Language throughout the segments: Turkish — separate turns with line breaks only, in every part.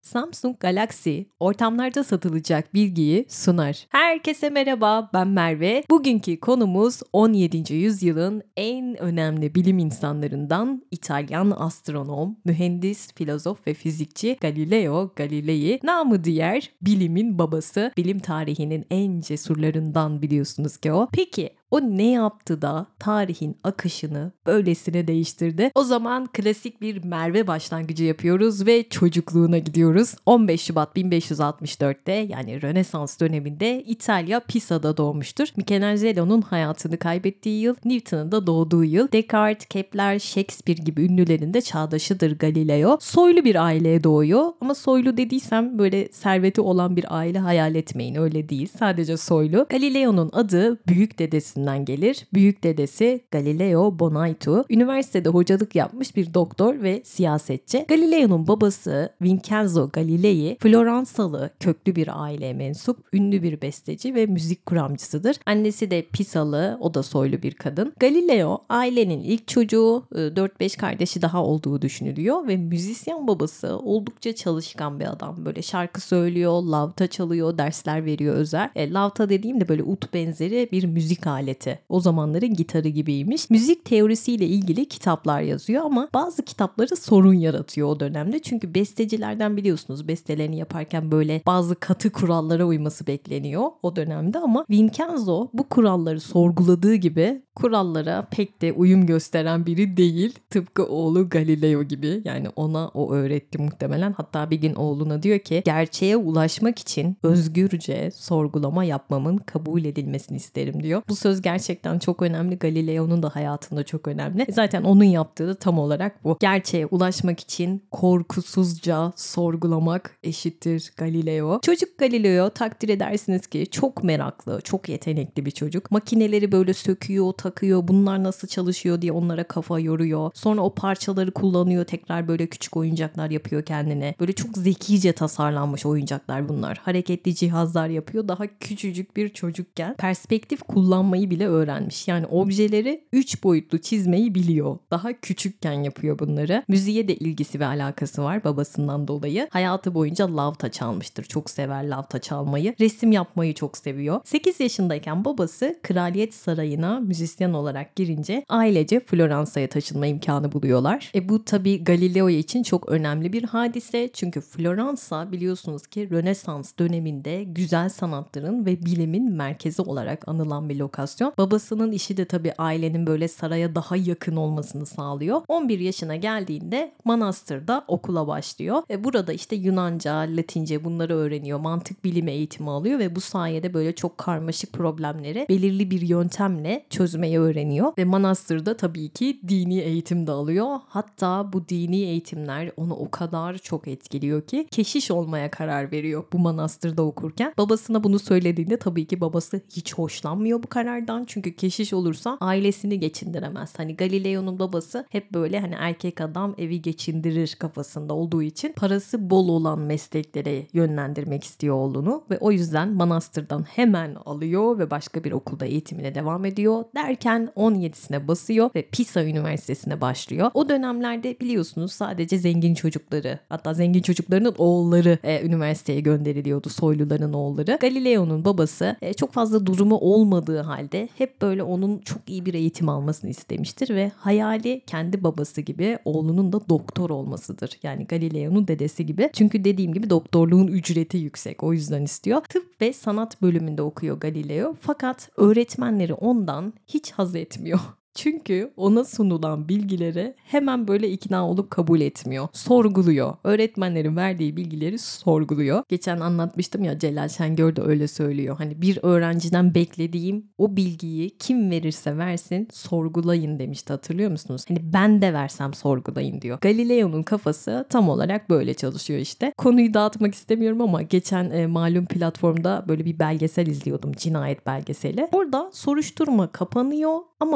Samsung Galaxy ortamlarda satılacak bilgiyi sunar. Herkese merhaba, ben Merve. Bugünkü konumuz 17. yüzyılın en önemli bilim insanlarından İtalyan astronom, mühendis, filozof ve fizikçi Galileo Galilei, namı diğer bilimin babası, bilim tarihinin en cesurlarından biliyorsunuz ki o. Peki o ne yaptı da tarihin akışını böylesine değiştirdi? O zaman klasik bir Merve başlangıcı yapıyoruz ve çocukluğuna gidiyoruz. 15 Şubat 1564'te yani Rönesans döneminde İtalya Pisa'da doğmuştur. Michelangelo'nun hayatını kaybettiği yıl, Newton'un da doğduğu yıl. Descartes, Kepler, Shakespeare gibi ünlülerin de çağdaşıdır Galileo. Soylu bir aileye doğuyor ama soylu dediysem böyle serveti olan bir aile hayal etmeyin, öyle değil. Sadece soylu. Galileo'nun adı büyük dedesinden gelir. Büyük dedesi Galileo Bonaiuto. Üniversitede hocalık yapmış bir doktor ve siyasetçi. Galileo'nun babası Vincenzo Galilei, Floransalı köklü bir aileye mensup, ünlü bir besteci ve müzik kuramcısıdır. Annesi de Pisalı, o da soylu bir kadın. Galileo ailenin ilk çocuğu, 4-5 kardeşi daha olduğu düşünülüyor ve müzisyen babası oldukça çalışkan bir adam. Böyle şarkı söylüyor, lavta çalıyor, dersler veriyor özel. Lavta dediğim de böyle ut benzeri bir müzik aleti. O zamanların gitarı gibiymiş. Müzik teorisiyle ilgili kitaplar yazıyor ama bazı kitapları sorun yaratıyor o dönemde. Çünkü bestecilerden biliyorsunuz bestelerini yaparken böyle bazı katı kurallara uyması bekleniyor o dönemde ama Vincenzo bu kuralları sorguladığı gibi kurallara pek de uyum gösteren biri değil. Tıpkı oğlu Galileo gibi. Yani ona o öğretti muhtemelen. Hatta bir gün oğluna diyor ki gerçeğe ulaşmak için özgürce sorgulama yapmamın kabul edilmesini isterim diyor. Bu söz gerçekten çok önemli. Galileo'nun da hayatında çok önemli. Zaten onun yaptığı da tam olarak bu. Gerçeğe ulaşmak için korkusuzca sorgulamak eşittir Galileo. Çocuk Galileo takdir edersiniz ki çok meraklı, çok yetenekli bir çocuk. Makineleri böyle söküyor, takıyor, bunlar nasıl çalışıyor diye onlara kafa yoruyor. Sonra o parçaları kullanıyor, tekrar böyle küçük oyuncaklar yapıyor kendine. Böyle çok zekice tasarlanmış oyuncaklar bunlar. Hareketli cihazlar yapıyor. Daha küçücük bir çocukken perspektif kullanmayı bile öğrenmiş. Yani objeleri 3 boyutlu çizmeyi biliyor. Daha küçükken yapıyor bunları. Müziğe de ilgisi ve alakası var babasından dolayı. Hayatı boyunca lavta çalmıştır. Çok sever lavta çalmayı. Resim yapmayı çok seviyor. 8 yaşındayken babası Kraliyet Sarayı'na müzisyen olarak girince ailece Floransa'ya taşınma imkanı buluyorlar. Bu tabii Galileo için çok önemli bir hadise. Çünkü Floransa biliyorsunuz ki Rönesans döneminde güzel sanatların ve bilimin merkezi olarak anılan bir lokasyon. Babasının işi de tabii ailenin böyle saraya daha yakın olmasını sağlıyor. 11 yaşına geldiğinde manastırda okula başlıyor. Burada işte Yunanca, Latince bunları öğreniyor. Mantık bilimi eğitimi alıyor ve bu sayede böyle çok karmaşık problemleri belirli bir yöntemle çözmeyi öğreniyor. Ve manastırda tabii ki dini eğitim de alıyor. Hatta bu dini eğitimler onu o kadar çok etkiliyor ki keşiş olmaya karar veriyor bu manastırda okurken. Babasına bunu söylediğinde tabii ki babası hiç hoşlanmıyor bu karardan. Çünkü keşiş olursa ailesini geçindiremez. Hani Galileo'nun babası hep böyle hani erkek adam evi geçindirir kafasında olduğu için parası bol olan mesleklere yönlendirmek istiyor oğlunu ve o yüzden manastırdan hemen alıyor ve başka bir okulda eğitimine devam ediyor. Derken 17'sine basıyor ve Pisa Üniversitesi'ne başlıyor. O dönemlerde biliyorsunuz sadece zengin çocukları, hatta zengin çocuklarının oğulları üniversiteye gönderiliyordu, soyluların oğulları. Galileo'nun babası çok fazla durumu olmadığı halde hep böyle onun çok iyi bir eğitim almasını istemiştir ve hayali kendi babası gibi oğlunun da doktor olmasıdır. Yani Galileo'nun dedesi gibi. Çünkü dediğim gibi doktorluğun ücreti yüksek. O yüzden istiyor. Tıp ve sanat bölümünde okuyor Galileo. Fakat öğretmenleri ondan hiç haz etmiyor. Çünkü ona sunulan bilgileri hemen böyle ikna olup kabul etmiyor. Sorguluyor. Öğretmenlerin verdiği bilgileri sorguluyor. Geçen anlatmıştım ya, Celal Şengör de öyle söylüyor. Hani bir öğrenciden beklediğim o bilgiyi kim verirse versin sorgulayın demişti, hatırlıyor musunuz? Hani ben de versem sorgulayın diyor. Galileo'nun kafası tam olarak böyle çalışıyor işte. Konuyu dağıtmak istemiyorum ama geçen malum platformda böyle bir belgesel izliyordum. Cinayet belgeseli. Orada soruşturma kapanıyor ama bir polis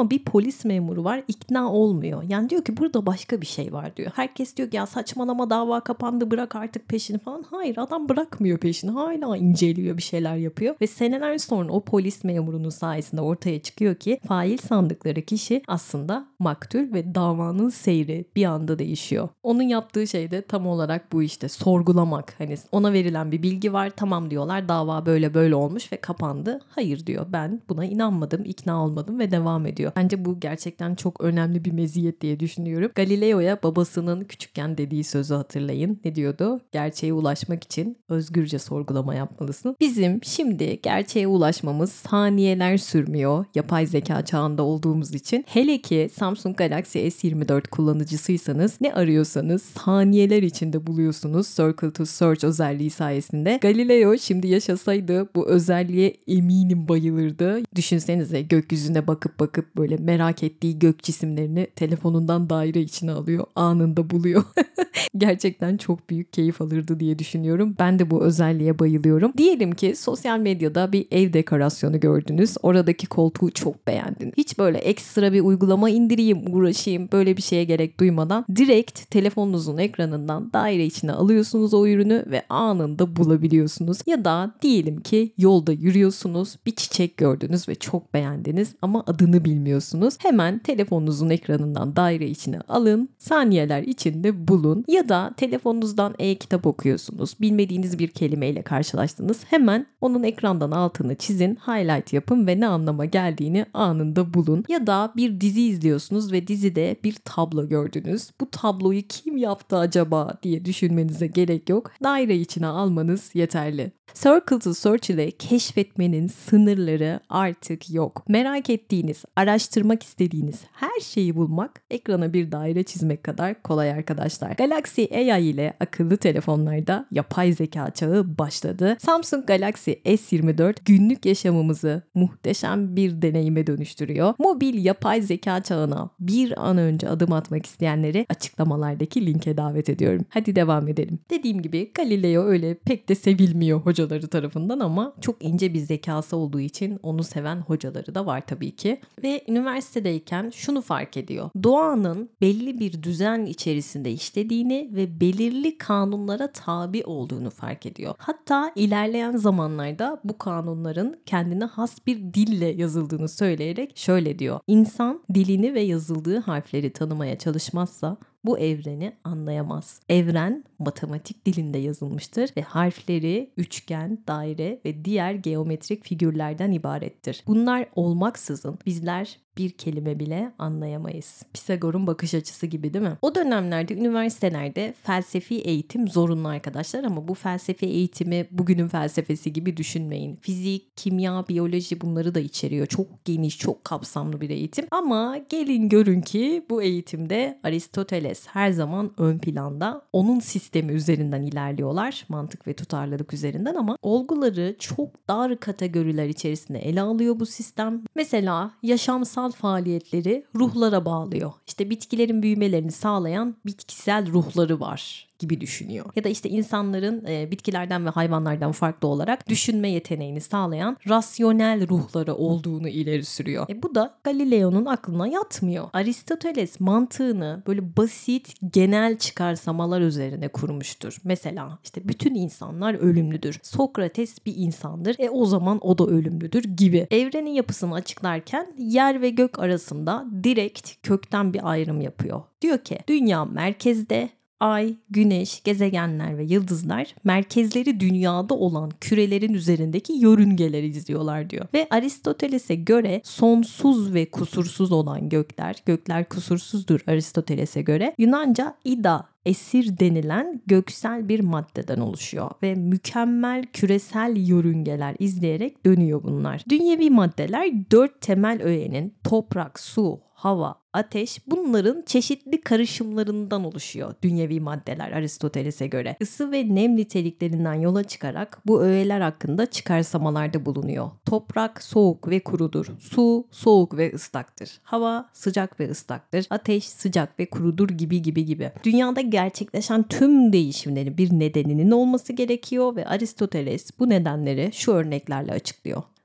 polis memuru var, ikna olmuyor. Yani diyor ki burada başka bir şey var diyor. Herkes diyor ki ya saçmalama, dava kapandı, bırak artık peşini falan. Hayır, adam bırakmıyor peşini. Hala inceliyor, bir şeyler yapıyor. Ve seneler sonra o polis memurunun sayesinde ortaya çıkıyor ki fail sandıkları kişi aslında maktul ve davanın seyri bir anda değişiyor. Onun yaptığı şey de tam olarak bu işte, sorgulamak. Hani ona verilen bir bilgi var, tamam diyorlar, dava böyle böyle olmuş ve kapandı. Hayır diyor, ben buna inanmadım, ikna olmadım ve devam ediyor. Bence bu gerçekten çok önemli bir meziyet diye düşünüyorum. Galileo'ya babasının küçükken dediği sözü hatırlayın. Ne diyordu? Gerçeğe ulaşmak için özgürce sorgulama yapmalısın. Bizim şimdi gerçeğe ulaşmamız saniyeler sürmüyor. Yapay zeka çağında olduğumuz için. Hele ki Samsung Galaxy S24 kullanıcısıysanız ne arıyorsanız saniyeler içinde buluyorsunuz Circle to Search özelliği sayesinde. Galileo şimdi yaşasaydı bu özelliğe eminim bayılırdı. Düşünsenize, gökyüzüne bakıp böyle merak ettiği gök cisimlerini telefonundan daire içine alıyor. Anında buluyor. Gerçekten çok büyük keyif alırdı diye düşünüyorum. Ben de bu özelliğe bayılıyorum. Diyelim ki sosyal medyada bir ev dekorasyonu gördünüz. Oradaki koltuğu çok beğendiniz. Hiç böyle ekstra bir uygulama indireyim, uğraşayım, böyle bir şeye gerek duymadan direkt telefonunuzun ekranından daire içine alıyorsunuz o ürünü ve anında bulabiliyorsunuz. Ya da diyelim ki yolda yürüyorsunuz, bir çiçek gördünüz ve çok beğendiniz ama adını bilmiyorsunuz. Hemen telefonunuzun ekranından daire içine alın, saniyeler içinde bulun. Ya da telefonunuzdan e-kitap okuyorsunuz, bilmediğiniz bir kelimeyle karşılaştınız. Hemen onun ekrandan altını çizin, highlight yapın ve ne anlama geldiğini anında bulun. Ya da bir dizi izliyorsunuz ve dizide bir tablo gördünüz. Bu tabloyu kim yaptı acaba diye düşünmenize gerek yok. Daire içine almanız yeterli. Circle to Search ile keşfetmenin sınırları artık yok. Merak ettiğiniz, araştırmak istediğiniz her şeyi bulmak ekrana bir daire çizmek kadar kolay arkadaşlar. Galaxy AI ile akıllı telefonlarda yapay zeka çağı başladı. Samsung Galaxy S24 günlük yaşamımızı muhteşem bir deneyime dönüştürüyor. Mobil yapay zeka çağına bir an önce adım atmak isteyenleri açıklamalardaki linke davet ediyorum. Hadi devam edelim. Dediğim gibi Galileo öyle pek de sevilmiyor hocaları tarafından ama çok ince bir zekası olduğu için onu seven hocaları da var tabii ki. Ve üniversitedeyken şunu fark ediyor. Doğanın belli bir düzen içerisinde işlediğini ve belirli kanunlara tabi olduğunu fark ediyor. Hatta ilerleyen zamanlarda bu kanunların kendine has bir dille yazıldığını söyleyerek şöyle diyor. İnsan dilini ve yazıldığı harfleri tanımaya çalışmazsa bu evreni anlayamaz. Evren matematik dilinde yazılmıştır ve harfleri üçgen, daire ve diğer geometrik figürlerden ibarettir. Bunlar olmaksızın bizler bir kelime bile anlayamayız. Pisagor'un bakış açısı gibi değil mi? O dönemlerde üniversitelerde felsefi eğitim zorunlu arkadaşlar ama bu felsefi eğitimi bugünün felsefesi gibi düşünmeyin. Fizik, kimya, biyoloji bunları da içeriyor. Çok geniş, çok kapsamlı bir eğitim. Ama gelin görün ki bu eğitimde Aristoteles her zaman ön planda. Onun sistemi üzerinden ilerliyorlar. Mantık ve tutarlılık üzerinden ama olguları çok dar kategoriler içerisinde ele alıyor bu sistem. Mesela yaşamsal faaliyetleri ruhlara bağlıyor. İşte bitkilerin büyümelerini sağlayan bitkisel ruhları var gibi düşünüyor. Ya da işte insanların bitkilerden ve hayvanlardan farklı olarak düşünme yeteneğini sağlayan rasyonel ruhları olduğunu ileri sürüyor. Bu da Galileo'nun aklına yatmıyor. Aristoteles mantığını böyle basit genel çıkarsamalar üzerine kurmuştur. Mesela işte bütün insanlar ölümlüdür. Sokrates bir insandır. O zaman o da ölümlüdür gibi. Evrenin yapısını açıklarken yer ve gök arasında direkt kökten bir ayrım yapıyor. Diyor ki dünya merkezde, Ay, güneş, gezegenler ve yıldızlar merkezleri dünyada olan kürelerin üzerindeki yörüngeleri izliyorlar diyor. Ve Aristoteles'e göre sonsuz ve kusursuz olan gökler kusursuzdur Aristoteles'e göre. Yunanca ida, esir denilen göksel bir maddeden oluşuyor ve mükemmel küresel yörüngeler izleyerek dönüyor bunlar. Dünyevi maddeler 4 temel öğenin toprak, su, hava, ateş bunların çeşitli karışımlarından oluşuyor dünyevi maddeler Aristoteles'e göre. Isı ve nem niteliklerinden yola çıkarak bu öğeler hakkında çıkarsamalarda bulunuyor. Toprak soğuk ve kurudur. Su soğuk ve ıslaktır. Hava sıcak ve ıslaktır. Ateş sıcak ve kurudur gibi. Dünyada gerçekleşen tüm değişimlerin bir nedeninin olması gerekiyor ve Aristoteles bu nedenleri şu örneklerle açıklıyor.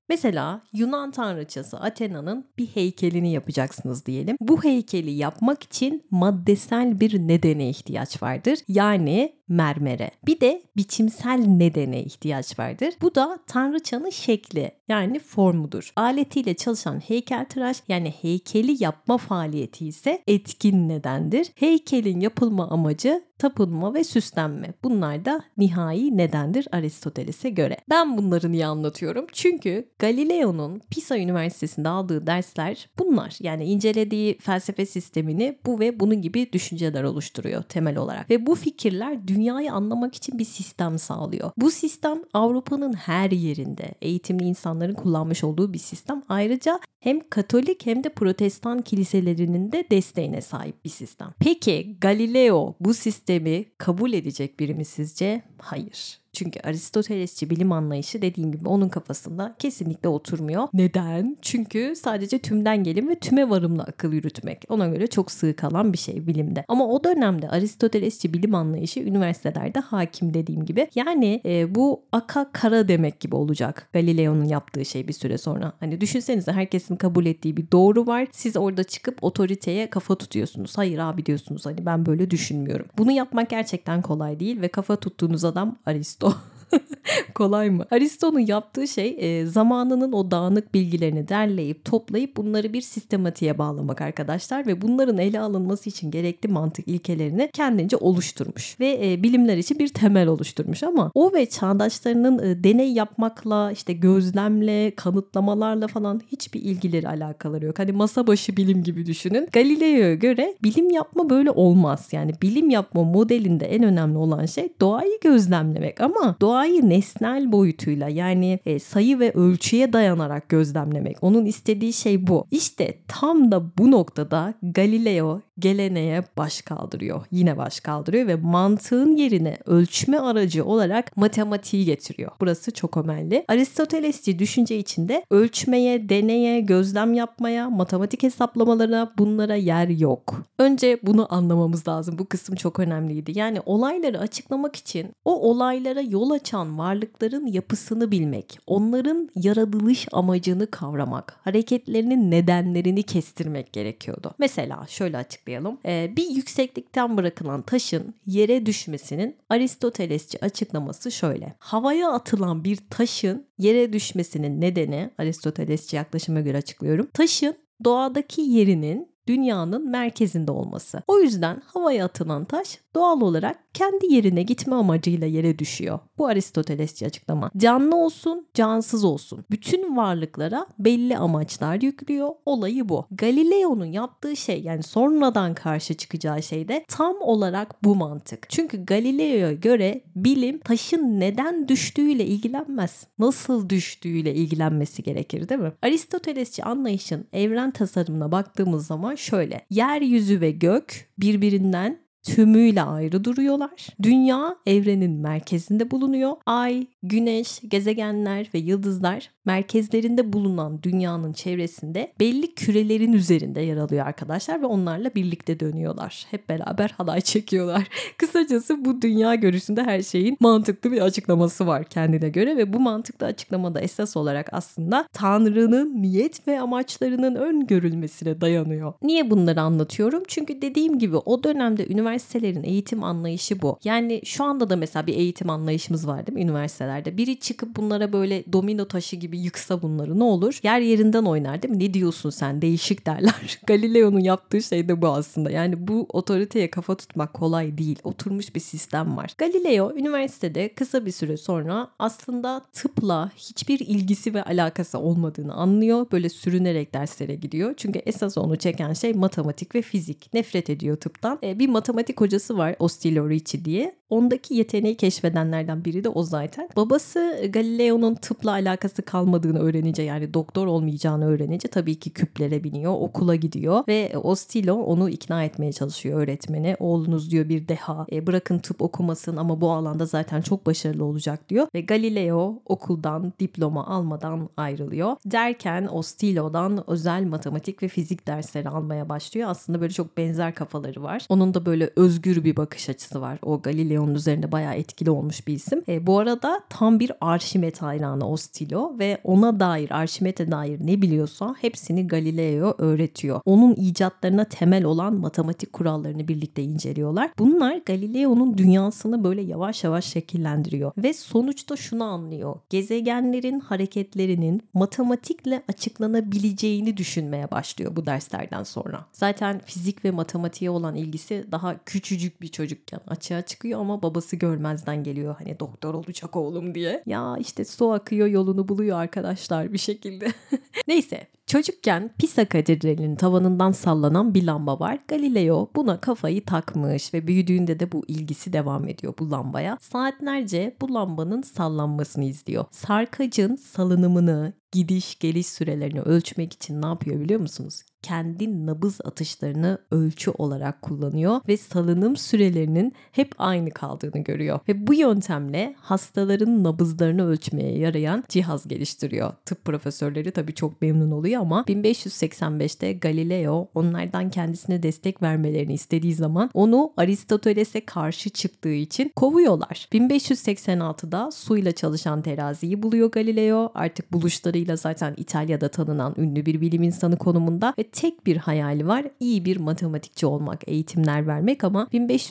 Mesela Yunan tanrıçası Athena'nın bir heykelini yapacaksınız diyelim. Bu heykeli yapmak için maddesel bir nedene ihtiyaç vardır. Yani mermere. Bir de biçimsel nedene ihtiyaç vardır. Bu da tanrıçanın şekli, yani formudur. Aletiyle çalışan heykeltıraş, yani heykeli yapma faaliyeti ise etkin nedendir. Heykelin yapılma amacı tapınma ve süslenme. Bunlar da nihai nedendir Aristoteles'e göre. Ben bunları niye anlatıyorum? Çünkü Galileo'nun Pisa Üniversitesi'nde aldığı dersler bunlar. Yani incelediği felsefe sistemini bu ve bunun gibi düşünceler oluşturuyor temel olarak. Ve bu fikirler dünyayı anlamak için bir sistem sağlıyor. Bu sistem Avrupa'nın her yerinde eğitimli insanların kullanmış olduğu bir sistem. Ayrıca hem Katolik hem de Protestan kiliselerinin de desteğine sahip bir sistem. Peki Galileo bu sistemi kabul edecek biri mi sizce? Hayır. Çünkü Aristotelesçi bilim anlayışı dediğim gibi onun kafasında kesinlikle oturmuyor. Neden? Çünkü sadece tümden gelim ve tüme varımlı akıl yürütmek. Ona göre çok sığ kalan bir şey bilimde. Ama o dönemde Aristotelesçi bilim anlayışı üniversitelerde hakim dediğim gibi. Yani bu aka kara demek gibi olacak Galileo'nun yaptığı şey bir süre sonra. Hani düşünsenize herkesin kabul ettiği bir doğru var. Siz orada çıkıp otoriteye kafa tutuyorsunuz. Hayır abi diyorsunuz, hani ben böyle düşünmüyorum. Bunu yapmak gerçekten kolay değil ve kafa tuttuğunuz adam Aristo. Kolay mı? Aristo'nun yaptığı şey zamanının o dağınık bilgilerini derleyip toplayıp bunları bir sistematiğe bağlamak arkadaşlar ve bunların ele alınması için gerekli mantık ilkelerini kendince oluşturmuş ve bilimler için bir temel oluşturmuş. Ama o ve çağdaşlarının deney yapmakla, işte gözlemle, kanıtlamalarla falan hiçbir ilgileri, alakaları yok. Hani masa başı bilim gibi düşünün. Galileo'ya göre bilim yapma böyle olmaz. Yani bilim yapma modelinde en önemli olan şey doğayı gözlemlemek, ama doğayı nesnel boyutuyla, yani sayı ve ölçüye dayanarak gözlemlemek. Onun istediği şey bu. İşte tam da bu noktada Galileo geleneğe baş kaldırıyor. Yine baş kaldırıyor ve mantığın yerine ölçme aracı olarak matematiği getiriyor. Burası çok önemli. Aristotelesçi düşünce içinde ölçmeye, deneye, gözlem yapmaya, matematik hesaplamalarına, bunlara yer yok. Önce bunu anlamamız lazım. Bu kısım çok önemliydi. Yani olayları açıklamak için o olaylara yol açan varlıkların yapısını bilmek, onların yaratılış amacını kavramak, hareketlerinin nedenlerini kestirmek gerekiyordu. Mesela şöyle açıklayalım. Bir yükseklikten bırakılan taşın yere düşmesinin Aristotelesçi açıklaması şöyle. Havaya atılan bir taşın yere düşmesinin nedeni, Aristotelesçi yaklaşıma göre açıklıyorum, taşın doğadaki yerinin dünyanın merkezinde olması. O yüzden havaya atılan taş doğal olarak kendi yerine gitme amacıyla yere düşüyor. Bu Aristotelesçi açıklama. Canlı olsun, cansız olsun. Bütün varlıklara belli amaçlar yüklüyor. Olayı bu. Galileo'nun yaptığı şey, yani sonradan karşı çıkacağı şey de tam olarak bu mantık. Çünkü Galileo'ya göre bilim taşın neden düştüğüyle ilgilenmez. Nasıl düştüğüyle ilgilenmesi gerekir, değil mi? Aristotelesçi anlayışın evren tasarımına baktığımız zaman şöyle. Yeryüzü ve gök birbirinden tümüyle ayrı duruyorlar. Dünya evrenin merkezinde bulunuyor. Ay, güneş, gezegenler ve yıldızlar merkezlerinde bulunan dünyanın çevresinde belli kürelerin üzerinde yer alıyor arkadaşlar ve onlarla birlikte dönüyorlar. Hep beraber halay çekiyorlar. Kısacası bu dünya görüşünde her şeyin mantıklı bir açıklaması var kendine göre ve bu mantıklı açıklamada esas olarak aslında Tanrı'nın niyet ve amaçlarının öngörülmesine dayanıyor. Niye bunları anlatıyorum? Çünkü dediğim gibi o dönemde üniversitelerin eğitim anlayışı bu. Yani şu anda da mesela bir eğitim anlayışımız var değil mi üniversitelerde? Biri çıkıp bunlara böyle domino taşı gibi yıksa bunları ne olur? Yer yerinden oynar değil mi? Ne diyorsun sen? Değişik derler. Galileo'nun yaptığı şey de bu aslında. Yani bu otoriteye kafa tutmak kolay değil. Oturmuş bir sistem var. Galileo üniversitede kısa bir süre sonra aslında tıpla hiçbir ilgisi ve alakası olmadığını anlıyor. Böyle sürünerek derslere gidiyor. Çünkü esas onu çeken şey matematik ve fizik. Nefret ediyor tıptan. Bir matematik hocası var, Ostilio Ricci diye. Ondaki yeteneği keşfedenlerden biri de o zaten. Babası Galileo'nun tıpla alakası kalmadığını öğrenince, yani doktor olmayacağını öğrenince tabii ki küplere biniyor, okula gidiyor ve Ostilio onu ikna etmeye çalışıyor, öğretmeni. Oğlunuz diyor bir deha, bırakın tıp okumasın ama bu alanda zaten çok başarılı olacak diyor. Ve Galileo okuldan diploma almadan ayrılıyor. Derken Ostilio'dan özel matematik ve fizik dersleri almaya başlıyor. Aslında böyle çok benzer kafaları var. Onun da böyle böyle özgür bir bakış açısı var. O Galileo'nun üzerinde bayağı etkili olmuş bir isim. Bu arada tam bir Arşimet hayranı o Stilo ve ona dair, Arşimet'e dair ne biliyorsa hepsini Galileo öğretiyor. Onun icatlarına temel olan matematik kurallarını birlikte inceliyorlar. Bunlar Galileo'nun dünyasını böyle yavaş yavaş şekillendiriyor ve sonuçta şunu anlıyor. Gezegenlerin hareketlerinin matematikle açıklanabileceğini düşünmeye başlıyor bu derslerden sonra. Zaten fizik ve matematiğe olan ilgisi daha küçücük bir çocukken açığa çıkıyor ama babası görmezden geliyor. Hani doktor olacak oğlum diye. Ya işte su akıyor yolunu buluyor arkadaşlar bir şekilde. Neyse. Çocukken Pisa Katedrali'nin tavanından sallanan bir lamba var. Galileo buna kafayı takmış ve büyüdüğünde de bu ilgisi devam ediyor bu lambaya. Saatlerce bu lambanın sallanmasını izliyor. Sarkacın salınımını, gidiş geliş sürelerini ölçmek için ne yapıyor biliyor musunuz? Kendi nabız atışlarını ölçü olarak kullanıyor ve salınım sürelerinin hep aynı kaldığını görüyor. Ve bu yöntemle hastaların nabızlarını ölçmeye yarayan cihaz geliştiriyor. Tıp profesörleri tabii çok memnun oluyor ama 1585'te Galileo onlardan kendisine destek vermelerini istediği zaman onu Aristoteles'e karşı çıktığı için kovuyorlar. 1586'da suyla çalışan teraziyi buluyor Galileo. Artık buluşlarıyla zaten İtalya'da tanınan ünlü bir bilim insanı konumunda ve tek bir hayali var, iyi bir matematikçi olmak, eğitimler vermek ama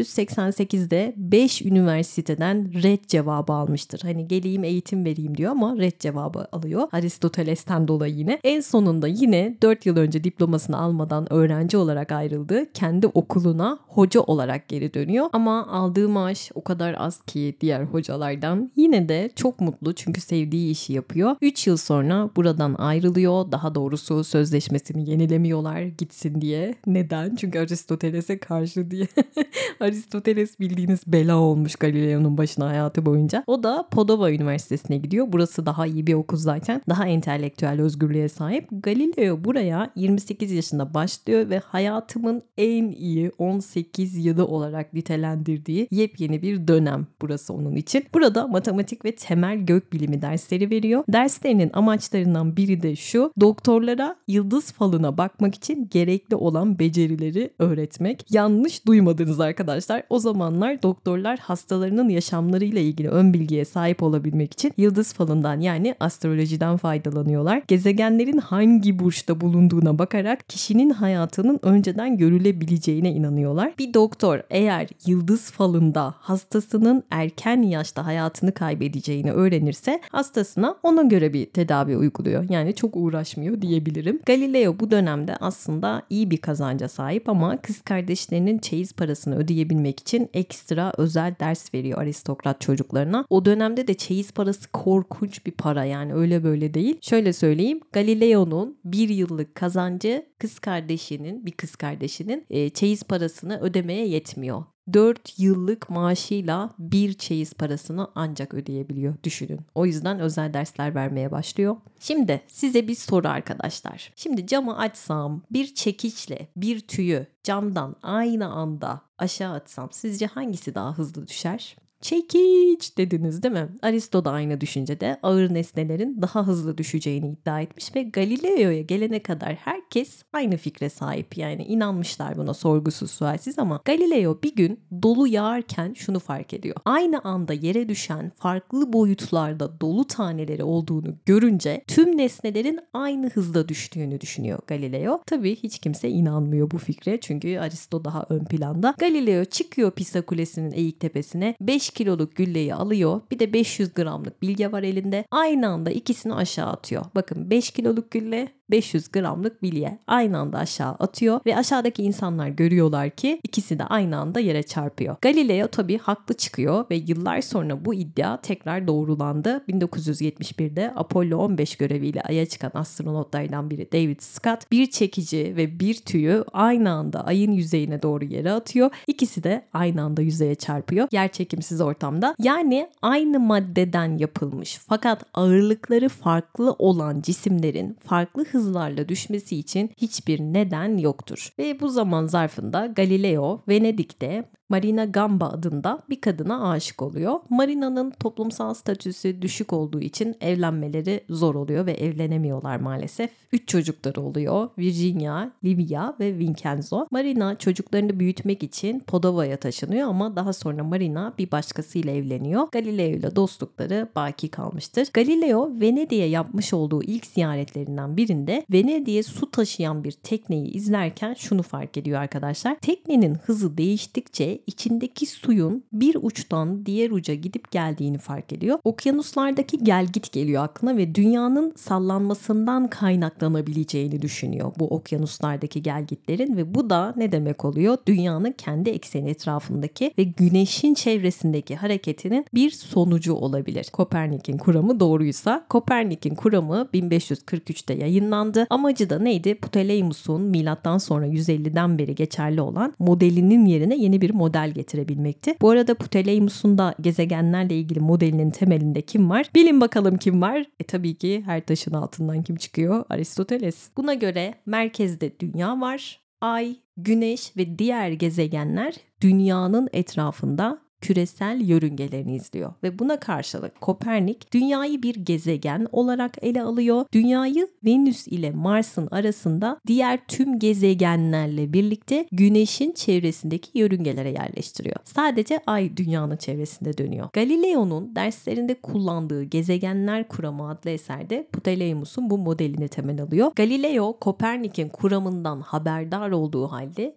1588'de 5 üniversiteden red cevabı almıştır. Hani geleyim eğitim vereyim diyor ama red cevabı alıyor. Aristoteles'ten dolayı yine. En sonunda yine 4 yıl önce diplomasını almadan öğrenci olarak ayrıldığı kendi okuluna hoca olarak geri dönüyor. Ama aldığı maaş o kadar az ki diğer hocalardan. Yine de çok mutlu çünkü sevdiği işi yapıyor. 3 yıl sonra buradan ayrılıyor. Daha doğrusu sözleşmesini yenilemiyorlar gitsin diye. Neden? Çünkü Aristoteles'e karşı diye. Aristoteles bildiğiniz bela olmuş Galileo'nun başına hayatı boyunca. O da Padova Üniversitesi'ne gidiyor. Burası daha iyi bir okul zaten. Daha entelektüel özgürlüğe sahip. Galileo buraya 28 yaşında başlıyor ve hayatımın en iyi 18 yılı olarak nitelendirdiği yepyeni bir dönem burası onun için. Burada matematik ve temel gökbilimi dersleri veriyor. Derslerinin amaçlarından biri de şu: doktorlara yıldız falına bakmak için gerekli olan becerileri öğretmek. Yanlış duymadınız arkadaşlar. O zamanlar doktorlar hastalarının yaşamlarıyla ilgili ön bilgiye sahip olabilmek için yıldız falından yani astrolojiden faydalanıyorlar. Gezegenlerin hangi burçta bulunduğuna bakarak kişinin hayatının önceden görülebileceğine inanıyorlar. Bir doktor eğer yıldız falında hastasının erken yaşta hayatını kaybedeceğini öğrenirse hastasına ona göre bir tedavi uyguluyor. Yani çok uğraşmıyor diyebilirim. Galileo bu dönemde aslında iyi bir kazanca sahip ama kız kardeşlerinin çeyiz parasını ödeyebilmek için ekstra özel ders veriyor aristokrat çocuklarına. O dönemde de çeyiz parası korkunç bir para, yani öyle böyle değil. Şöyle söyleyeyim, Galileo'nun bir yıllık kazancı bir kız kardeşinin çeyiz parasını ödemeye yetmiyor. 4 yıllık maaşıyla bir çeyiz parasını ancak ödeyebiliyor, düşünün. O yüzden özel dersler vermeye başlıyor. Şimdi size bir soru arkadaşlar. Şimdi camı açsam, bir çekiçle bir tüyü camdan aynı anda aşağı atsam sizce hangisi daha hızlı düşer? Çekiç dediniz değil mi? Aristo da aynı düşüncede ağır nesnelerin daha hızlı düşeceğini iddia etmiş ve Galileo'ya gelene kadar herkes aynı fikre sahip. Yani inanmışlar buna sorgusuz sualsiz ama Galileo bir gün dolu yağarken şunu fark ediyor. Aynı anda yere düşen farklı boyutlarda dolu taneleri olduğunu görünce tüm nesnelerin aynı hızda düştüğünü düşünüyor Galileo. Tabii hiç kimse inanmıyor bu fikre çünkü Aristo daha ön planda. Galileo çıkıyor Pisa Kulesi'nin eğik tepesine, 5 kiloluk gülleyi alıyor. Bir de 500 gramlık bilye var elinde. Aynı anda ikisini aşağı atıyor. Bakın 5 kiloluk gülle, 500 gramlık bilye aynı anda aşağı atıyor ve aşağıdaki insanlar görüyorlar ki ikisi de aynı anda yere çarpıyor. Galileo tabii haklı çıkıyor ve yıllar sonra bu iddia tekrar doğrulandı. 1971'de Apollo 15 göreviyle Ay'a çıkan astronotlardan biri David Scott bir çekici ve bir tüyü aynı anda Ay'ın yüzeyine doğru yere atıyor. İkisi de aynı anda yüzeye çarpıyor. Yerçekimsiz ortamda. Yani aynı maddeden yapılmış fakat ağırlıkları farklı olan cisimlerin farklı hızlarla düşmesi için hiçbir neden yoktur. Ve bu zaman zarfında Galileo Venedik'te Marina Gamba adında bir kadına aşık oluyor. Marina'nın toplumsal statüsü düşük olduğu için evlenmeleri zor oluyor ve evlenemiyorlar maalesef. 3 çocukları oluyor: Virginia, Livia ve Vincenzo. Marina çocuklarını büyütmek için Padova'ya taşınıyor ama daha sonra Marina bir başkasıyla evleniyor. Galileo ile dostlukları baki kalmıştır. Galileo Venedik'e yapmış olduğu ilk ziyaretlerinden birinde Venedik'e su taşıyan bir tekneyi izlerken şunu fark ediyor arkadaşlar. Teknenin hızı değiştikçe içindeki suyun bir uçtan diğer uca gidip geldiğini fark ediyor. Okyanuslardaki gelgit geliyor aklına ve dünyanın sallanmasından kaynaklanabileceğini düşünüyor bu okyanuslardaki gelgitlerin ve bu da ne demek oluyor? Dünyanın kendi ekseni etrafındaki ve güneşin çevresindeki hareketinin bir sonucu olabilir. Kopernik'in kuramı doğruysa. Kopernik'in kuramı 1543'te yayınlandı. Amacı da neydi? Ptolemos'un milattan sonra 150'den beri geçerli olan modelinin yerine yeni bir model getirebilmekti. Bu arada Ptolemos'un da gezegenlerle ilgili modelinin temelinde kim var? Bilin bakalım kim var? Tabii ki her taşın altından kim çıkıyor? Aristoteles. Buna göre merkezde dünya var. Ay, güneş ve diğer gezegenler dünyanın etrafında küresel yörüngelerini izliyor ve buna karşılık Kopernik dünyayı bir gezegen olarak ele alıyor. Dünyayı Venüs ile Mars'ın arasında diğer tüm gezegenlerle birlikte güneşin çevresindeki yörüngelere yerleştiriyor. Sadece Ay dünyanın çevresinde dönüyor. Galileo'nun derslerinde kullandığı gezegenler kuramı adlı eserde Ptolemos'un bu modelini temel alıyor. Galileo Kopernik'in kuramından haberdar olduğu halde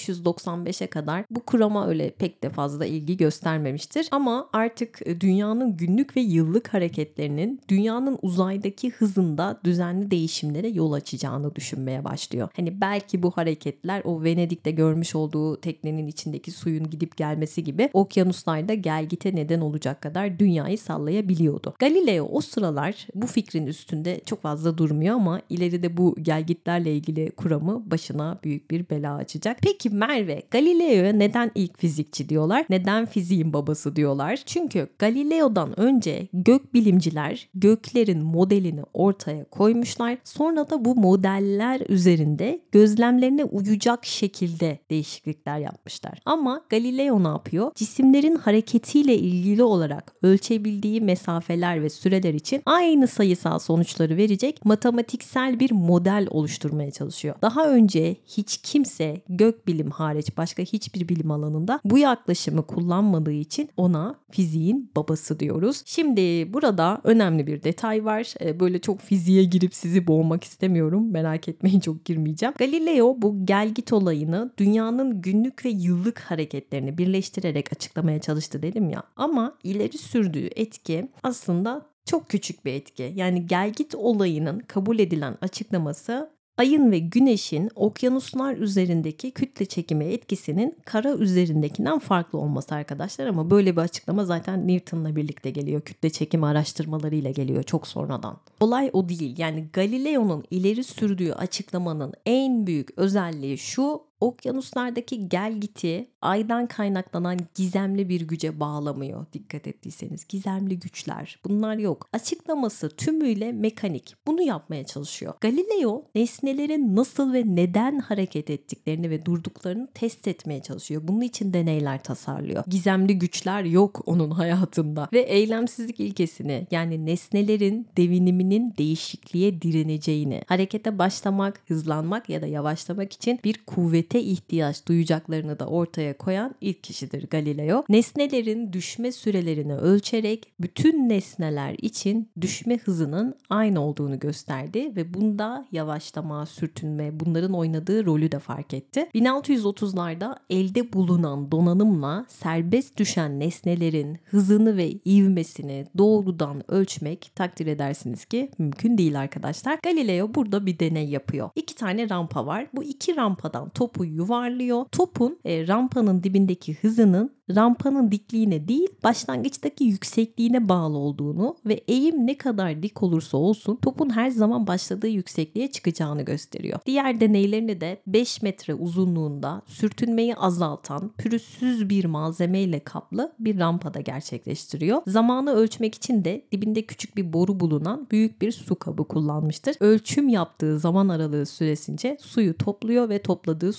1595'e kadar bu kurama öyle pek de fazla ilgi göstermemiştir. Ama artık dünyanın günlük ve yıllık hareketlerinin dünyanın uzaydaki hızında düzenli değişimlere yol açacağını düşünmeye başlıyor. Hani belki bu hareketler o Venedik'te görmüş olduğu teknenin içindeki suyun gidip gelmesi gibi okyanuslarda gelgite neden olacak kadar dünyayı sallayabiliyordu. Galileo o sıralar bu fikrin üstünde çok fazla durmuyor ama ileride bu gelgitlerle ilgili kuramı başına büyük bir bela açacak. Peki Merve, Galileo'ya neden ilk fizikçi diyorlar? Neden fiziğin babası diyorlar? Çünkü Galileo'dan önce gökbilimciler göklerin modelini ortaya koymuşlar. Sonra da bu modeller üzerinde gözlemlerine uyacak şekilde değişiklikler yapmışlar. Ama Galileo ne yapıyor? Cisimlerin hareketiyle ilgili olarak ölçebildiği mesafeler ve süreler için aynı sayısal sonuçları verecek matematiksel bir model oluşturmaya çalışıyor. Daha önce hiç kimse gökbilim hariç başka hiçbir bilim alanında bu yaklaşımı kullanmadığı için ona fiziğin babası diyoruz. Şimdi burada önemli bir detay var. Böyle çok fiziğe girip sizi boğmak istemiyorum. Merak etmeyin, çok girmeyeceğim. Galileo bu gelgit olayını dünyanın günlük ve yıllık hareketlerini birleştirerek açıklamaya çalıştı dedim ya. Ama ileri sürdüğü etki aslında çok küçük bir etki. Yani gelgit olayının kabul edilen açıklaması Ayın ve Güneş'in okyanuslar üzerindeki kütle çekimi etkisinin kara üzerindekinden farklı olması arkadaşlar, ama böyle bir açıklama zaten Newton'la birlikte geliyor. Kütle çekimi araştırmalarıyla geliyor çok sonradan. Olay o değil. Yani Galileo'nun ileri sürdüğü açıklamanın en büyük özelliği şu: okyanuslardaki gelgiti aydan kaynaklanan gizemli bir güce bağlamıyor. Dikkat ettiyseniz gizemli güçler, bunlar yok. Açıklaması tümüyle mekanik. Bunu yapmaya çalışıyor. Galileo nesnelerin nasıl ve neden hareket ettiklerini ve durduklarını test etmeye çalışıyor. Bunun için deneyler tasarlıyor. Gizemli güçler yok onun hayatında ve eylemsizlik ilkesini, yani nesnelerin deviniminin değişikliğe direneceğini, harekete başlamak, hızlanmak ya da yavaşlamak için bir kuvvete ihtiyaç duyacaklarını da ortaya koyan ilk kişidir Galileo. Nesnelerin düşme sürelerini ölçerek bütün nesneler için düşme hızının aynı olduğunu gösterdi ve bunda yavaşlama, sürtünme, bunların oynadığı rolü de fark etti. 1630'larda elde bulunan donanımla serbest düşen nesnelerin hızını ve ivmesini doğrudan ölçmek, takdir edersiniz ki mümkün değil arkadaşlar. Galileo burada bir deney yapıyor. 2 tane rampa var. Bu 2 rampadan topu yuvarlıyor. Topun rampanın dibindeki hızının rampanın dikliğine değil, başlangıçtaki yüksekliğine bağlı olduğunu ve eğim ne kadar dik olursa olsun topun her zaman başladığı yüksekliğe çıkacağını gösteriyor. Diğer deneylerini de 5 metre uzunluğunda sürtünmeyi azaltan pürüzsüz bir malzemeyle kaplı bir rampada gerçekleştiriyor. Zamanı ölçmek için de dibinde küçük bir boru bulunan büyük bir su kabı kullanmıştır. Ölçüm yaptığı zaman aralığı süresince suyu topluyor ve topladığı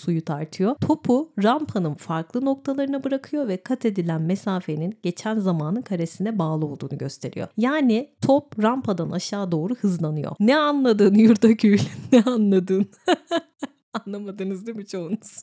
suyu tartıyor. Topu rampanın farklı noktalarına bırakıyor ve kat edilen mesafenin geçen zamanın karesine bağlı olduğunu gösteriyor. Yani top rampadan aşağı doğru hızlanıyor. Ne anladın Yurdagül? Ne anladın? Anlamadınız değil mi çoğunuz?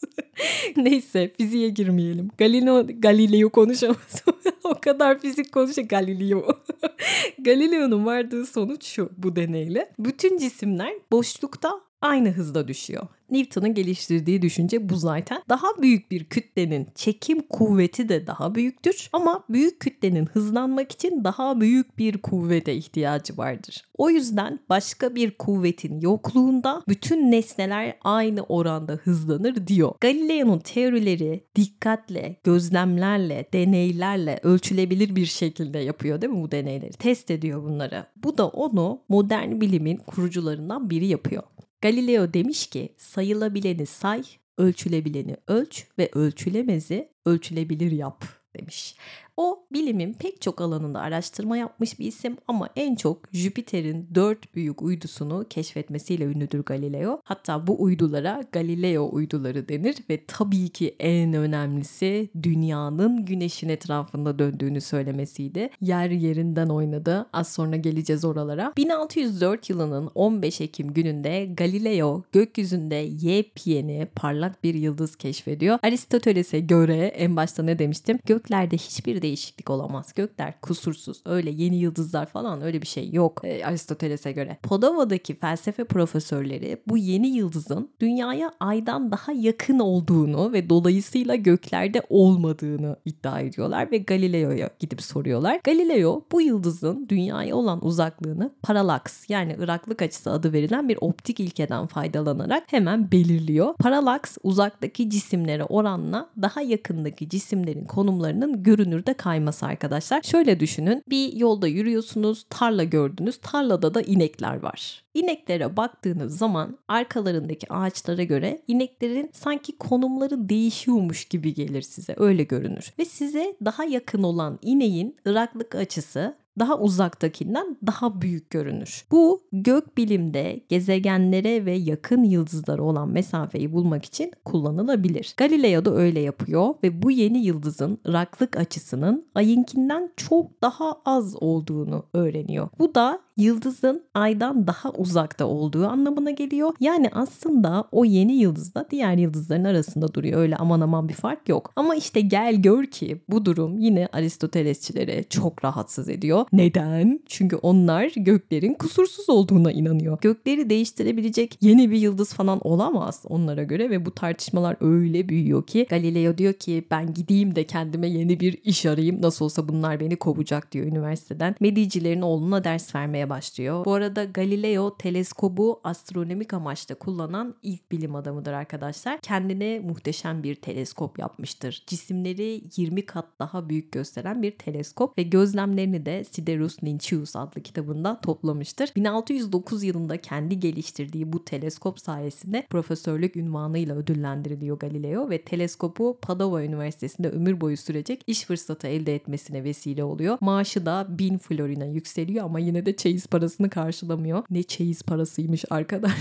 Neyse fiziğe girmeyelim. Galileo konuşamaz. O kadar fizik konuşuyor Galileo. Galileo'nun vardığı sonuç şu bu deneyle. Bütün cisimler boşlukta aynı hızda düşüyor. Newton'un geliştirdiği düşünce bu zaten. Daha büyük bir kütlenin çekim kuvveti de daha büyüktür. Ama büyük kütlenin hızlanmak için daha büyük bir kuvvete ihtiyacı vardır. O yüzden başka bir kuvvetin yokluğunda bütün nesneler aynı oranda hızlanır diyor. Galileo'nun teorileri dikkatle, gözlemlerle, deneylerle ölçülebilir bir şekilde yapıyor değil mi bu deneyleri? Test ediyor bunları. Bu da onu modern bilimin kurucularından biri yapıyor. Galileo demiş ki sayılabileni say, ölçülebileni ölç ve ölçülemezi ölçülebilir yap demiş. O bilimin pek çok alanında araştırma yapmış bir isim ama en çok Jüpiter'in 4 büyük uydusunu keşfetmesiyle ünlüdür Galileo. Hatta bu uydulara Galileo uyduları denir ve tabii ki en önemlisi dünyanın güneşin etrafında döndüğünü söylemesiydi. Yer yerinden oynadı. Az sonra geleceğiz oralara. 1604 yılının 15 Ekim gününde Galileo gökyüzünde yepyeni parlak bir yıldız keşfediyor. Aristoteles'e göre en başta ne demiştim? Göklerde hiçbir değişiklik olamaz. Gökler kusursuz. Öyle yeni yıldızlar falan öyle bir şey yok Aristoteles'e göre. Padova'daki felsefe profesörleri bu yeni yıldızın dünyaya aydan daha yakın olduğunu ve dolayısıyla göklerde olmadığını iddia ediyorlar ve Galileo'ya gidip soruyorlar. Galileo bu yıldızın dünyaya olan uzaklığını paralaks yani ıraklık açısı adı verilen bir optik ilkeden faydalanarak hemen belirliyor. Paralaks uzaktaki cisimlere oranla daha yakındaki cisimlerin konumlarının görünürde kayması arkadaşlar. Şöyle düşünün, bir yolda yürüyorsunuz, tarla gördünüz, tarlada da inekler var. İneklere baktığınız zaman arkalarındaki ağaçlara göre ineklerin sanki konumları değişiyormuş gibi gelir size, öyle görünür. Ve size daha yakın olan ineğin ıraklık açısı daha uzaktakinden daha büyük görünür. Bu gökbilimde gezegenlere ve yakın yıldızlara olan mesafeyi bulmak için kullanılabilir. Galileo da öyle yapıyor ve bu yeni yıldızın ıraklık açısının ayınkinden çok daha az olduğunu öğreniyor. Bu da yıldızın aydan daha uzakta olduğu anlamına geliyor. Yani aslında o yeni yıldız da diğer yıldızların arasında duruyor. Öyle aman aman bir fark yok. Ama işte gel gör ki bu durum yine Aristotelesçileri çok rahatsız ediyor. Neden? Çünkü onlar göklerin kusursuz olduğuna inanıyor. Gökleri değiştirebilecek yeni bir yıldız falan olamaz onlara göre ve bu tartışmalar öyle büyüyor ki Galileo diyor ki ben gideyim de kendime yeni bir iş arayayım. Nasıl olsa bunlar beni kovacak diyor üniversiteden. Medicilerin oğluna ders vermeye başlıyor. Bu arada Galileo teleskobu astronomik amaçla kullanan ilk bilim adamıdır arkadaşlar. Kendine muhteşem bir teleskop yapmıştır. Cisimleri 20 kat daha büyük gösteren bir teleskop ve gözlemlerini de Siderus Nuncius adlı kitabında toplamıştır. 1609 yılında kendi geliştirdiği bu teleskop sayesinde profesörlük unvanıyla ödüllendiriliyor Galileo ve teleskopu Padova Üniversitesi'nde ömür boyu sürecek iş fırsatı elde etmesine vesile oluyor. Maaşı da 1000 florine yükseliyor ama yine de çeyiz parasını karşılamıyor. Ne çeyiz parasıymış arkadaş.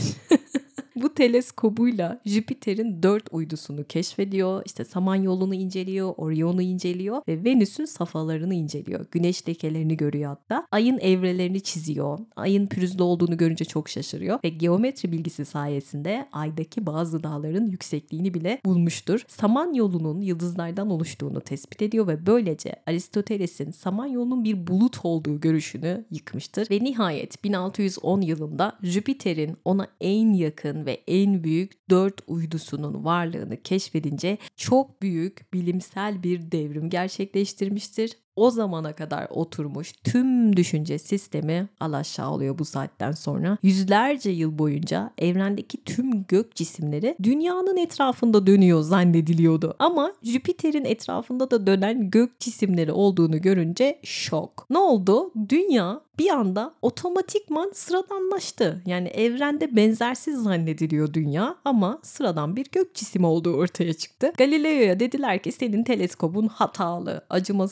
Bu teleskobuyla Jüpiter'in 4 uydusunu keşfediyor. İşte Samanyolu'nu inceliyor, Orion'u inceliyor ve Venüs'ün safhalarını inceliyor. Güneş lekelerini görüyor hatta. Ayın evrelerini çiziyor. Ayın pürüzlü olduğunu görünce çok şaşırıyor ve geometri bilgisi sayesinde aydaki bazı dağların yüksekliğini bile bulmuştur. Samanyolu'nun yıldızlardan oluştuğunu tespit ediyor ve böylece Aristoteles'in Samanyolu'nun bir bulut olduğu görüşünü yıkmıştır. Ve nihayet 1610 yılında Jüpiter'in ona en yakın ve en büyük 4 uydusunun varlığını keşfedince çok büyük bilimsel bir devrim gerçekleştirmiştir. O zamana kadar oturmuş tüm düşünce sistemi alaşağı oluyor bu saatten sonra. Yüzlerce yıl boyunca evrendeki tüm gök cisimleri dünyanın etrafında dönüyor zannediliyordu. Ama Jüpiter'in etrafında da dönen gök cisimleri olduğunu görünce şok. Ne oldu? Dünya bir anda otomatikman sıradanlaştı. Yani evrende benzersiz zannediliyor dünya ama sıradan bir gök cismi olduğu ortaya çıktı. Galileo'ya dediler ki senin teleskobun hatalı, acımasızca sağ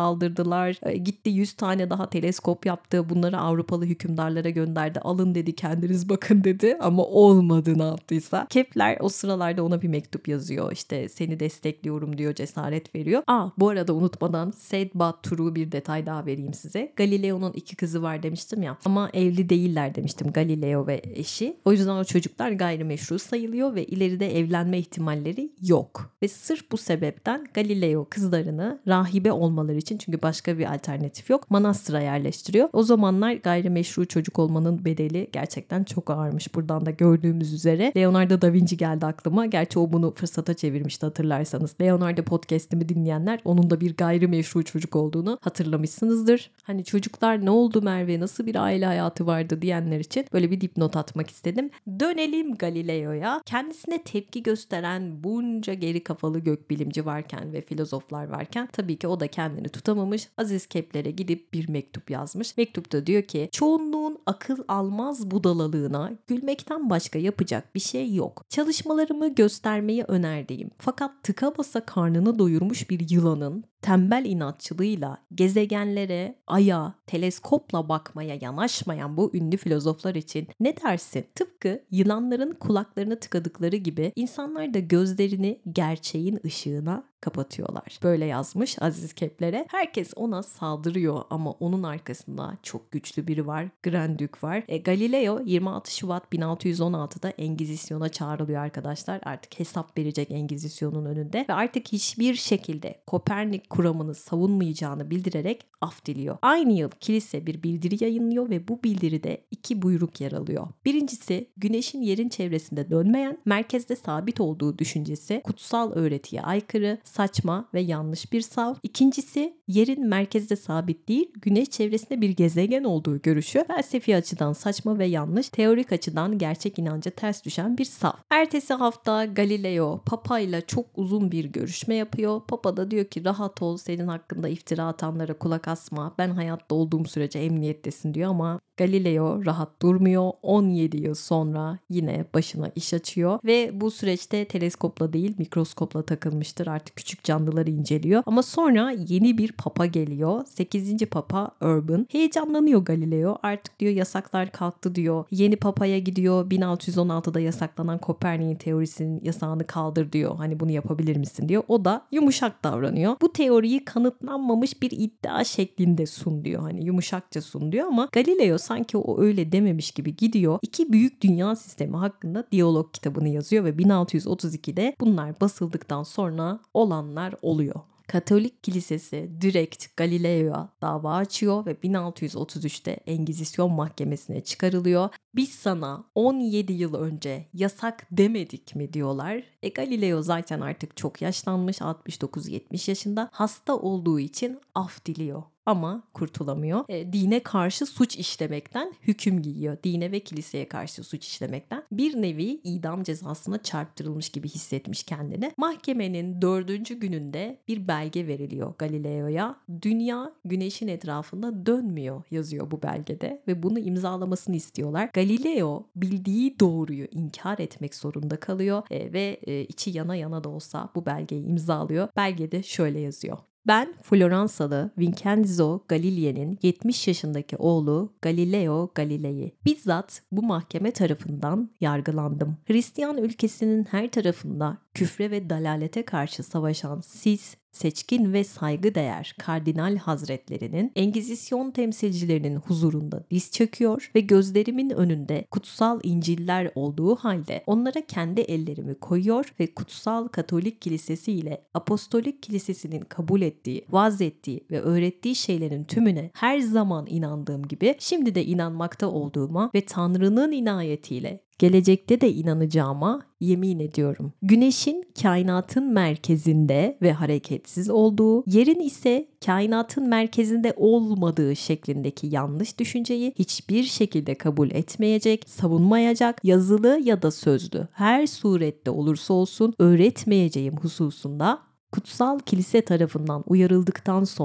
saldırdılar. Gitti 100 tane daha teleskop yaptı. Bunları Avrupalı hükümdarlara gönderdi. Alın dedi, kendiniz bakın dedi. Ama olmadı ne yaptıysa. Kepler o sıralarda ona bir mektup yazıyor. İşte seni destekliyorum diyor, cesaret veriyor. Bu arada unutmadan Seydbad Turu bir detay daha vereyim size. Galileo'nun 2 kızı var demiştim ya. Ama evli değiller demiştim, Galileo ve eşi. O yüzden o çocuklar gayrimeşru sayılıyor ve ileride evlenme ihtimalleri yok. Ve sırf bu sebepten Galileo kızlarını rahibe olmaları için, çünkü başka bir alternatif yok, manastıra yerleştiriyor. O zamanlar gayrimeşru çocuk olmanın bedeli gerçekten çok ağırmış. Buradan da gördüğümüz üzere Leonardo da Vinci geldi aklıma. Gerçi o bunu fırsata çevirmişti hatırlarsanız. Leonardo podcast'imi dinleyenler onun da bir gayrimeşru çocuk olduğunu hatırlamışsınızdır. Hani çocuklar ne oldu Merve, nasıl bir aile hayatı vardı diyenler için böyle bir dipnot atmak istedim. Dönelim Galileo'ya. Kendisine tepki gösteren bunca geri kafalı gökbilimci varken ve filozoflar varken tabii ki o da kendini tutamamış. Aziz Kepler'e gidip bir mektup yazmış. Mektupta diyor ki çoğunluğun akıl almaz budalalığına gülmekten başka yapacak bir şey yok. Çalışmalarımı göstermeyi önerdiğim fakat tıka basa karnını doyurmuş bir yılanın tembel inatçılığıyla gezegenlere, aya, teleskopla bakmaya yanaşmayan bu ünlü filozoflar için ne dersin? Tıpkı yılanların kulaklarını tıkadıkları gibi insanlar da gözlerini gerçeğin ışığına kapatıyorlar. Böyle yazmış Aziz Kepler'e. Herkes ona saldırıyor ama onun arkasında çok güçlü biri var. Grandük var. Galileo 26 Şubat 1616'da Engizisyon'a çağrılıyor arkadaşlar. Artık hesap verecek Engizisyon'un önünde ve artık hiçbir şekilde Kopernik kuramını savunmayacağını bildirerek af diliyor. Aynı yıl kilise bir bildiri yayınlıyor ve bu bildiride 2 buyruk yer alıyor. Birincisi, güneşin yerin çevresinde dönmeyen, merkezde sabit olduğu düşüncesi kutsal öğretiye aykırı, saçma ve yanlış bir sav. İkincisi, yerin merkezde sabit değil, güneş çevresinde bir gezegen olduğu görüşü felsefi açıdan saçma ve yanlış, teorik açıdan gerçek inanca ters düşen bir sav. Ertesi hafta Galileo Papa ile çok uzun bir görüşme yapıyor. Papa da diyor ki rahat ol, senin hakkında iftira atanlara kulak asma, ben hayatta olduğum sürece emniyettesin diyor ama Galileo rahat durmuyor. 17 yıl sonra yine başına iş açıyor ve bu süreçte teleskopla değil mikroskopla takılmıştır. Artık küçük canlıları inceliyor. Ama sonra yeni bir papa geliyor. 8. Papa Urban. Heyecanlanıyor Galileo. Artık diyor yasaklar kalktı diyor. Yeni papaya gidiyor. 1616'da yasaklanan Kopernik'in teorisinin yasağını kaldır diyor. Hani bunu yapabilir misin diyor. O da yumuşak davranıyor. Bu teoriyi kanıtlanmamış bir iddia şeklinde sun diyor. Hani yumuşakça sun diyor ama Galileo sanki o öyle dememiş gibi gidiyor. 2 büyük dünya sistemi hakkında diyalog kitabını yazıyor ve 1632'de bunlar basıldıktan sonra olanlar oluyor. Katolik Kilisesi direkt Galileo'ya dava açıyor ve 1633'te Engizisyon Mahkemesi'ne çıkarılıyor. Biz sana 17 yıl önce yasak demedik mi diyorlar. Galileo zaten artık çok yaşlanmış, 69-70 yaşında, hasta olduğu için af diliyor. Ama kurtulamıyor. Dine karşı suç işlemekten hüküm giyiyor. Dine ve kiliseye karşı suç işlemekten. Bir nevi idam cezasına çarptırılmış gibi hissetmiş kendini. Mahkemenin 4. gününde bir belge veriliyor Galileo'ya. Dünya güneşin etrafında dönmüyor yazıyor bu belgede ve bunu imzalamasını istiyorlar. Galileo bildiği doğruyu inkar etmek zorunda kalıyor ve içi yana yana da olsa bu belgeyi imzalıyor. Belgede şöyle yazıyor. Ben Floransalı Vincenzo Galilei'nin 70 yaşındaki oğlu Galileo Galilei. Bizzat bu mahkeme tarafından yargılandım. Hristiyan ülkesinin her tarafında küfre ve dalalete karşı savaşan siz, seçkin ve saygıdeğer Kardinal Hazretlerinin Engizisyon temsilcilerinin huzurunda diz çöküyor ve gözlerimin önünde kutsal İncil'ler olduğu halde onlara kendi ellerimi koyuyor ve kutsal Katolik Kilisesi ile Apostolik Kilisesi'nin kabul ettiği, vaaz ettiği ve öğrettiği şeylerin tümüne her zaman inandığım gibi şimdi de inanmakta olduğuma ve Tanrı'nın inayetiyle gelecekte de inanacağıma yemin ediyorum. Güneşin kainatın merkezinde ve hareketsiz olduğu, yerin ise kainatın merkezinde olmadığı şeklindeki yanlış düşünceyi hiçbir şekilde kabul etmeyecek, savunmayacak, yazılı ya da sözlü her surette olursa olsun öğretmeyeceğim hususunda kutsal kilise tarafından uyarıldıktan sonra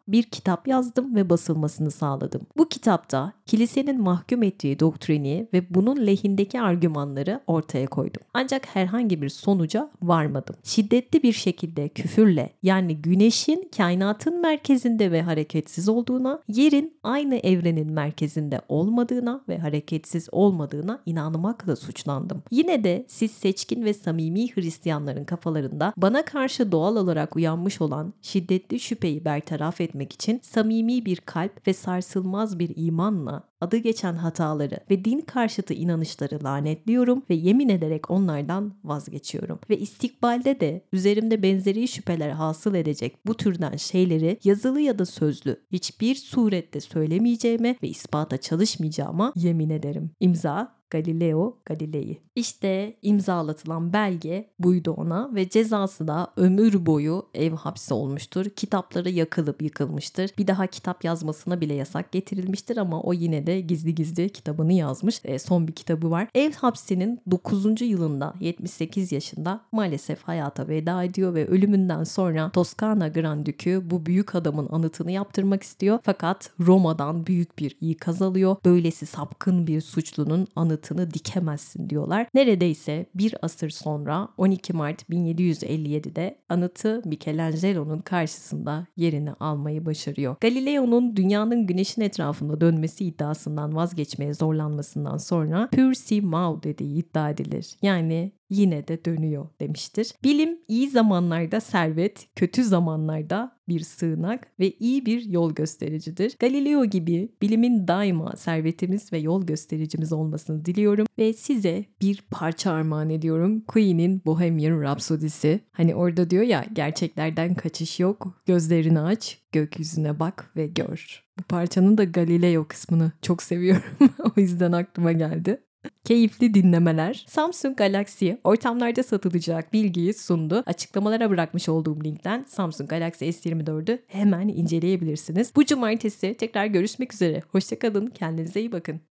bir kitap yazdım ve basılmasını sağladım. Bu kitapta kilisenin mahkum ettiği doktrini ve bunun lehindeki argümanları ortaya koydum. Ancak herhangi bir sonuca varmadım. Şiddetli bir şekilde küfürle, yani güneşin kainatın merkezinde ve hareketsiz olduğuna, yerin aynı evrenin merkezinde olmadığına ve hareketsiz olmadığına inanmakla suçlandım. Yine de siz seçkin ve samimi Hristiyanların kafalarında bana karşı doğal olarak uyanmış olan şiddetli şüpheyi bertaraf etmek için samimi bir kalp ve sarsılmaz bir imanla adı geçen hataları ve din karşıtı inanışları lanetliyorum ve yemin ederek onlardan vazgeçiyorum. Ve istikbalde de üzerimde benzeri şüpheler hasıl edecek bu türden şeyleri yazılı ya da sözlü hiçbir surette söylemeyeceğime ve ispata çalışmayacağıma yemin ederim. İmza Galileo Galilei. İşte imzalatılan belge buydu ona ve cezası da ömür boyu ev hapsi olmuştur. Kitapları yakılıp yıkılmıştır. Bir daha kitap yazmasına bile yasak getirilmiştir ama o yine de gizli gizli kitabını yazmış. Son bir kitabı var. Ev hapsinin 9. yılında 78 yaşında maalesef hayata veda ediyor ve ölümünden sonra Toskana Grand Dükü bu büyük adamın anıtını yaptırmak istiyor. Fakat Roma'dan büyük bir ikaz alıyor. Böylesi sapkın bir suçlunun anıtını dikemezsin diyorlar. Neredeyse bir asır sonra 12 Mart 1757'de anıtı Michelangelo'nun karşısında yerini almayı başarıyor. Galileo'nun dünyanın güneşin etrafında dönmesi iddiasından vazgeçmeye zorlanmasından sonra pur si mau dediği iddia edilir. Yani yine de dönüyor demiştir. Bilim iyi zamanlarda servet, kötü zamanlarda bir sığınak ve iyi bir yol göstericidir. Galileo gibi bilimin daima servetimiz ve yol göstericimiz olmasını diliyorum ve size bir parça armağan ediyorum. Queen'in Bohemian Rhapsody'si. Hani orada diyor ya, gerçeklerden kaçış yok, gözlerini aç, gökyüzüne bak ve gör. Bu parçanın da Galileo kısmını çok seviyorum. O yüzden aklıma geldi. Keyifli dinlemeler. Samsung Galaxy ortamlarda satılacak bilgiyi sundu. Açıklamalara bırakmış olduğum linkten Samsung Galaxy S24'ü hemen inceleyebilirsiniz. Bu cumartesi tekrar görüşmek üzere. Hoşça kalın, kendinize iyi bakın.